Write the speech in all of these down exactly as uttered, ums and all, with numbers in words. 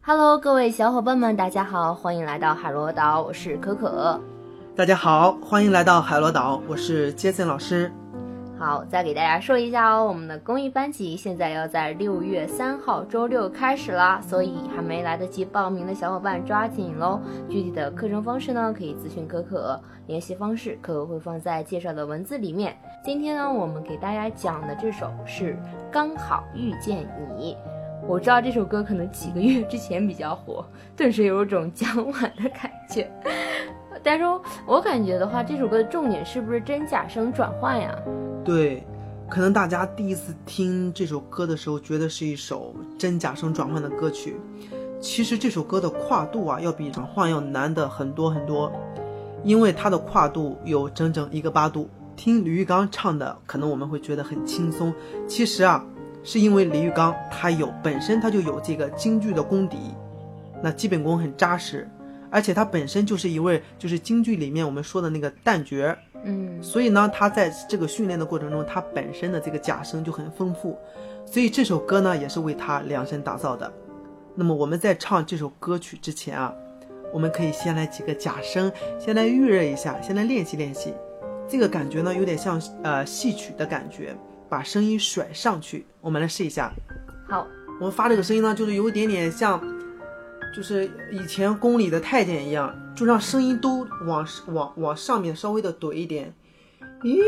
Hello， 各位小伙伴们，大家好，欢迎来到海螺岛，我是可可。 大家好，欢迎来到海螺岛，我是杰森老师。 好，再给大家说一下哦，我们的公益班级现在要在六月三号周六开始啦，所以还没来得及报名的小伙伴抓紧喽。具体的课程方式呢，可以咨询可可，联系方式可可会放在介绍的文字里面。今天呢，我们给大家讲的这首是《刚好遇见你》。我知道这首歌可能几个月之前比较火，顿时有一种讲完的感觉。但是我感觉的话，这首歌的重点是不是真假声转换呀？ 对，可能大家第一次听这首歌的时候，觉得是一首真假声转换的歌曲。其实这首歌的跨度啊，要比转换要难的很多很多，因为它的跨度有整整一个八度。听李玉刚唱的，可能我们会觉得很轻松，其实啊，是因为李玉刚他有本身他就有这个京剧的功底，那基本功很扎实，而且他本身就是一位就是京剧里面我们说的那个旦角， 嗯， 所以呢，他在这个训练的过程中，他本身的这个假声就很丰富，所以这首歌呢也是为他量身打造的。那么我们在唱这首歌曲之前啊，我们可以先来几个假声，先来预热一下，先来练习练习。这个感觉呢有点像呃戏曲的感觉，把声音甩上去，我们来试一下。 好， 我们发这个声音呢，就是有一点点像，就是以前宫里的太监一样，就让声音都往往往上面稍微的怼一点。咦，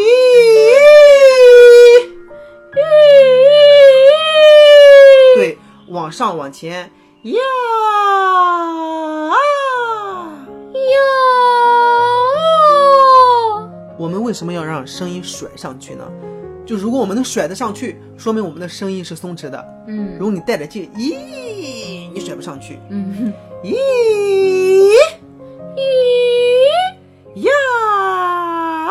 对，往上往前呀哟。 我们为什么要让声音甩上去呢？就如果我们能甩得上去，说明我们的声音是松弛的。 嗯， 如果你带着劲，咦，你甩不上去。 嗯， 咦咦呀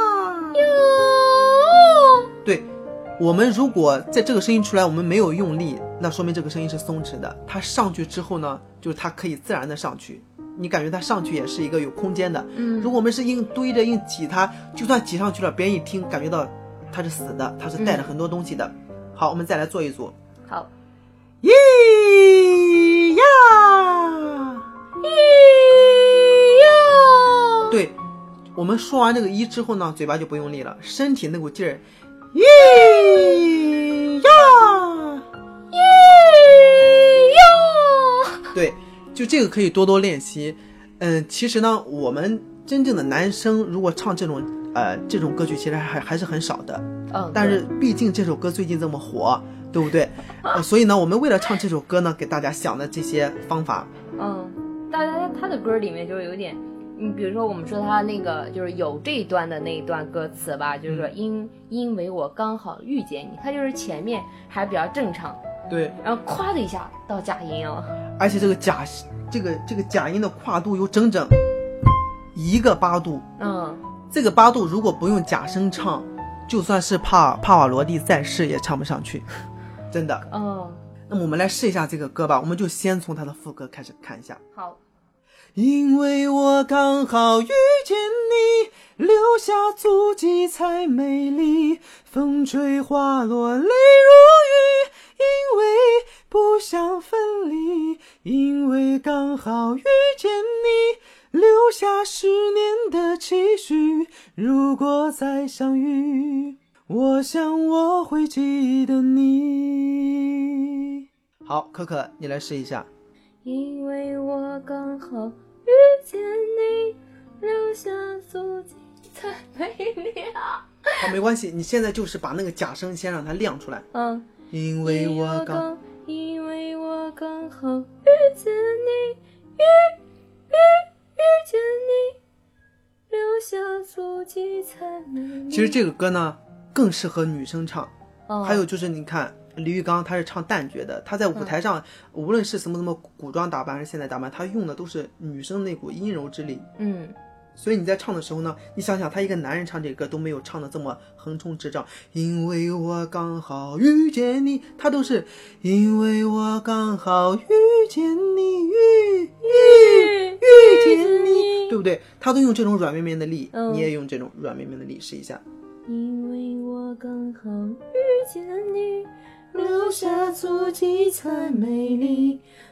哟。 对，我们如果在这个声音出来，我们没有用力，那说明这个声音是松弛的。它上去之后呢，就是它可以自然的上去。你感觉它上去也是一个有空间的。 嗯， 如果我们是硬堆着硬挤它，就算挤上去了，别人一听感觉到它是死的，它是带着很多东西的。嗯、好，我们再来做一组。 好， 咦呀咦哟。 对，我们说完这个一之后呢，嘴巴就不用力了，身体那股劲儿。咦呀咦哟。 对，就这个可以多多练习。嗯，其实呢，我们真正的男生如果唱这种呃这种歌曲，其实还还是很少的。 嗯， 但是毕竟这首歌最近这么火，对不对？呃，所以呢，我们为了唱这首歌呢，给大家想的这些方法。 嗯，大家他的歌里面就有点，你比如说我们说他那个就是有这一段的那一段歌词吧，就是说因、嗯、因为我刚好遇见你，他就是前面还比较正常， 对， 然后咵的一下到假音了， 而且这个假这个这个假音的跨度有整整一个八度。 嗯， 这个八度如果不用假声唱，就算是帕帕瓦罗蒂在世也唱不上去，真的。 嗯， 那么我们来试一下这个歌吧，我们就先从它的副歌开始看一下。 好。 因为我刚好遇见你，留下足迹才美丽，风吹花落泪如雨，因为不想分离，因为刚好遇见你，留下十年的期许，如果再相遇，我想我会记得你。好，可可你来试一下。 因为我刚好遇见你，留下足迹才美丽啊。 好，没关系，你现在就是把那个假声先让它亮出来。 嗯， 因为我刚因为我刚好遇见你，遇遇遇见你，留下足迹才美丽。 其实这个歌呢更适合女生唱。 哦， 还有就是你看李玉刚他是唱旦角的，他在舞台上、嗯、无论是什么什么古装打扮还是现代打扮，他用的都是女生那股阴柔之力。 嗯， 所以你在唱的时候呢，你想想他一个男人唱这个歌都没有唱的这么横冲直撞。因为我刚好遇见你，他都是因为我刚好遇见你，遇遇遇见你，对不对？他都用这种软绵绵的力、嗯、你也用这种软绵绵的力试一下。 因为我刚好遇见你，留下足迹才美丽，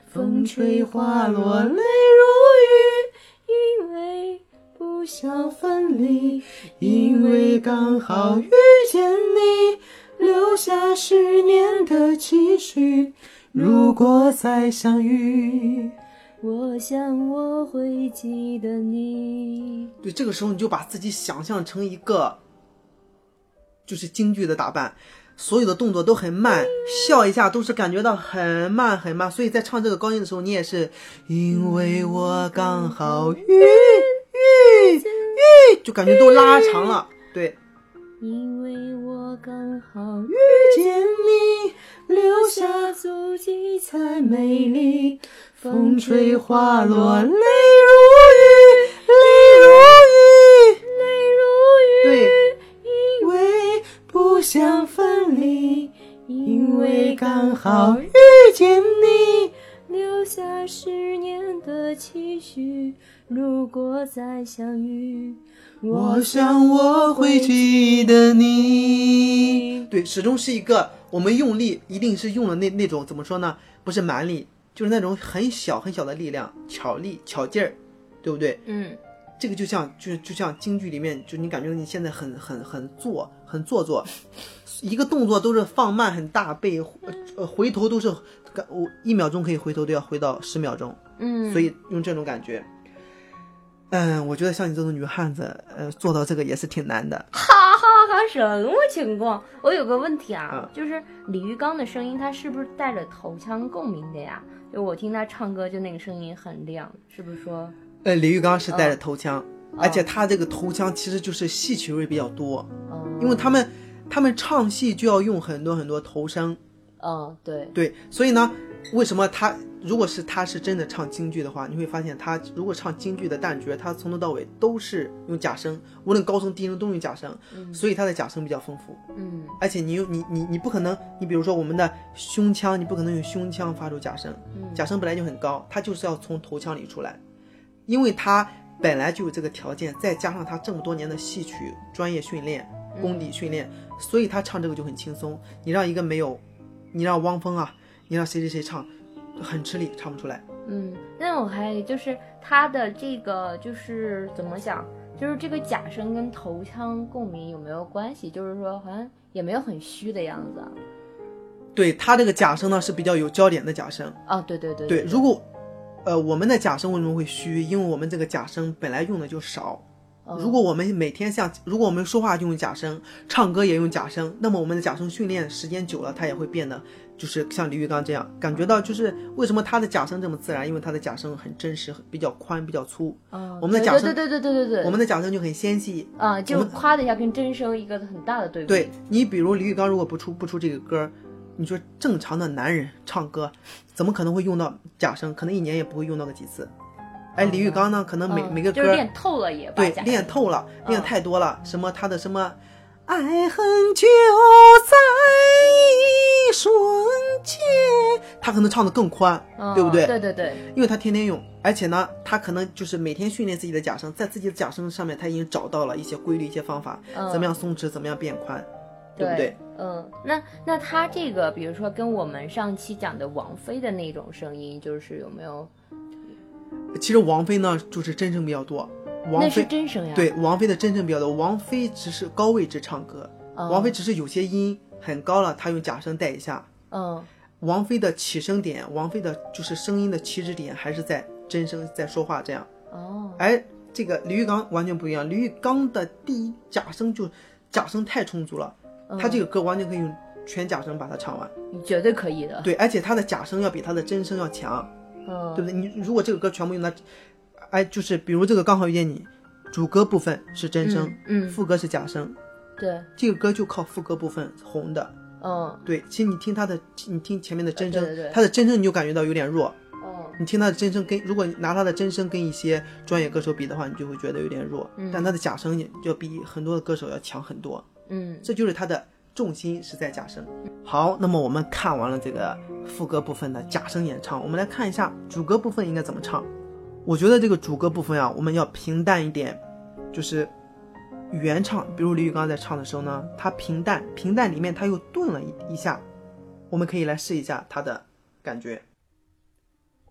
风吹花落泪如雨，因为不想分离，因为刚好遇见你，留下十年的期许，如果再相遇， 我想我会记得你。 对，这个时候你就把自己想象成一个就是京剧的打扮，所有的动作都很慢，笑一下都是感觉到很慢很慢，所以在唱这个高音的时候，你也是因为我刚好遇遇遇，就感觉都拉长了。对， 因为我刚好遇见你，留下足迹才美丽，风吹花落泪如雨，泪如雨， 泪如雨。 对，因为不想分离，因为刚好遇见你， 留下十年的期许，如果再相遇， 我想我会记得你。对，始终是一个我们用力一定是用了那那种怎么说呢，不是蛮力，就是那种很小很小的力量，巧力巧劲儿，对不对？ 嗯， 这个就像就就像京剧里面，就你感觉你现在很很很做很做作，一个动作都是放慢很大倍，呃回头都是我一秒钟可以回头都要回到十秒钟， 嗯， 所以用这种感觉，嗯，我觉得像你这种女汉子，呃，做到这个也是挺难的。 哈哈哈，什么情况？我有个问题啊， 啊就是李玉刚的声音，他是不是带着头腔共鸣的呀？就我听他唱歌，就那个声音很亮，是不是说？ 呃，李玉刚是带着头腔， 哦、 而且他这个头腔其实就是戏曲味比较多， 哦、 因为他们他们唱戏就要用很多很多头声。 哦，对对，所以呢，为什么他如果是他是真的唱京剧的话，你会发现他如果唱京剧的旦角，他从头到尾都是用假声，无论高声低声都用假声， 嗯、 所以他的假声比较丰富。 嗯， 而且你用你你你不可能，你比如说我们的胸腔，你不可能用胸腔发出假声， 嗯、 假声本来就很高，他就是要从头腔里出来，因为他本来就有这个条件，再加上他这么多年的戏曲专业训练、功底训练，嗯、所以他唱这个就很轻松。你让一个没有，你让汪峰啊，你让谁谁谁唱，很吃力，唱不出来。 嗯，那我还就是他的这个就是怎么讲，就是这个假声跟头腔共鸣有没有关系？就是说好像也没有很虚的样子。 对，他这个假声呢是比较有焦点的假声。 哦，对对对对, 对, 对，如果呃我们的假声为什么会虚？因为我们这个假声本来用的就少。如果我们每天像，如果我们说话就用假声，唱歌也用假声，那么我们的假声训练时间久了，它也会变得就是像李玉刚这样，感觉到就是为什么他的假声这么自然，因为他的假声很真实，比较宽，比较粗。 哦， 我们的假声， 对对对对对对对， 我们的假声就很纤细啊，就夸的一下跟真声一个很大的对比。 对，你比如李玉刚如果不出不出这个歌，你说正常的男人唱歌，怎么可能会用到假声？可能一年也不会用到个几次。哎，李玉刚呢，可能每、 嗯、 每个歌就是练透了也对，练透了， 嗯、 练太多了。什么他的什么，爱恨就在一瞬间，他可能唱得更宽， 嗯、 对不对？ 对对对， 因为他天天用，而且呢，他可能就是每天训练自己的假声，在自己的假声上面，他已经找到了一些规律、一些方法， 嗯、 怎么样松弛，怎么样变宽，对不对？ 嗯，那那他这个，比如说跟我们上期讲的王菲的那种声音，就是有没有？ 其实王菲呢，就是真声比较多。王菲那是真声呀。 对，王菲的真声比较多。王菲只是高位置唱歌， 嗯、 王菲只是有些音很高了，她用假声带一下。 嗯， 王菲的起声点，王菲的就是声音的起止点，还是在真声在说话这样。 哦， 而这个李玉刚完全不一样，李玉刚的第一假声就假声太充足了， 嗯、 他这个歌完全可以用全假声把它唱完。 绝对可以的。 对，而且他的假声要比他的真声要强。 嗯， 对不对？你如果这个歌全部用它，哎，就是比如这个刚好遇见你，主歌部分是真声， 嗯，嗯副歌是假声， 对， 这个歌就靠副歌部分红的， 嗯， 对。其实你听他的，你听前面的真声， 对对对， 他的真声你就感觉到有点弱， 嗯， 你听他的真声跟如果拿他的真声跟一些专业歌手比的话，你就会觉得有点弱， 嗯， 但他的假声就比很多的歌手要强很多， 嗯， 这就是他的重心是在假声。好，那么我们看完了这个副歌部分的假声演唱，我们来看一下主歌部分应该怎么唱。我觉得这个主歌部分啊，我们要平淡一点，就是原唱，比如李玉刚在唱的时候呢，他平淡，平淡里面他又顿了一一下，我们可以来试一下他的感觉。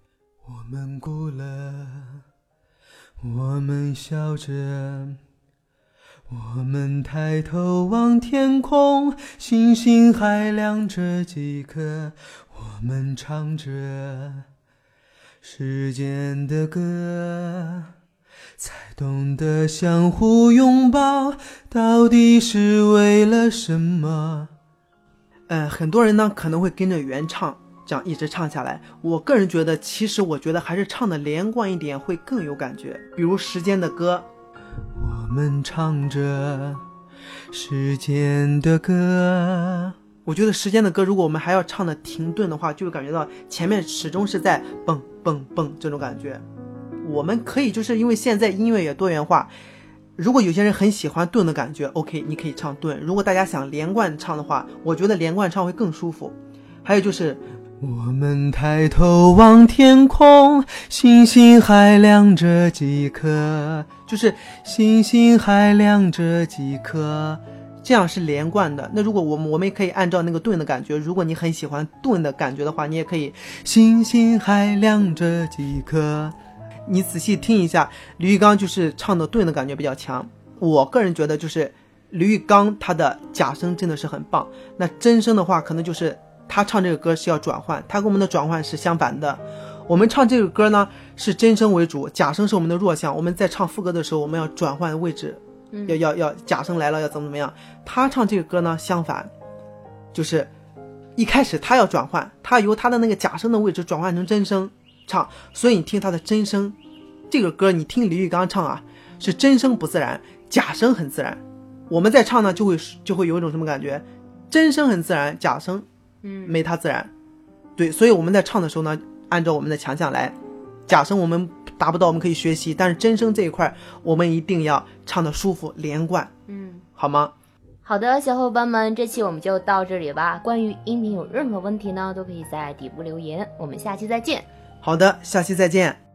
们哭了，我们笑着，我们抬头望天空，星星还亮着几颗，我们唱着时间的歌，才懂得相互拥抱，到底是为了什么？呃，很多人呢可能会跟着原唱这样一直唱下来，我个人觉得，其实我觉得还是唱的连贯一点会更有感觉。比如时间的歌，我们唱着时间的歌，我觉得时间的歌如果我们还要唱的停顿的话，就会感觉到前面始终是在蹦蹦蹦这种感觉。我们可以就是因为现在音乐也多元化，如果有些人很喜欢顿的感觉 OK 你可以唱顿，如果大家想连贯唱的话，我觉得连贯唱会更舒服。还有就是我们抬头望天空，星星还亮着几颗，就是星星还亮着几颗，这样是连贯的。那如果我们我们也可以按照那个顿的感觉，如果你很喜欢顿的感觉的话，你也可以星星还亮着几颗。你仔细听一下，李玉刚就是唱的顿的感觉比较强。我个人觉得就是李玉刚他的假声真的是很棒，那真声的话可能就是他唱这个歌是要转换，他跟我们的转换是相反的。我们唱这个歌呢是真声为主，假声是我们的弱项，我们在唱副歌的时候我们要转换位置， 嗯、 要要要假声来了要怎么怎么样。他唱这个歌呢相反，就是一开始他要转换，他由他的那个假声的位置转换成真声唱，所以你听他的真声，这个歌你听李玉刚唱啊，是真声不自然，假声很自然。我们在唱呢就会就会有一种什么感觉，真声很自然，假声嗯没他自然。对，所以我们在唱的时候呢，按照我们的强项来，假声我们达不到我们可以学习，但是真声这一块我们一定要唱得舒服连贯，嗯，好吗？ 好的，小伙伴们，这期我们就到这里吧。关于音频有任何问题呢，都可以在底部留言，我们下期再见。 好的，下期再见。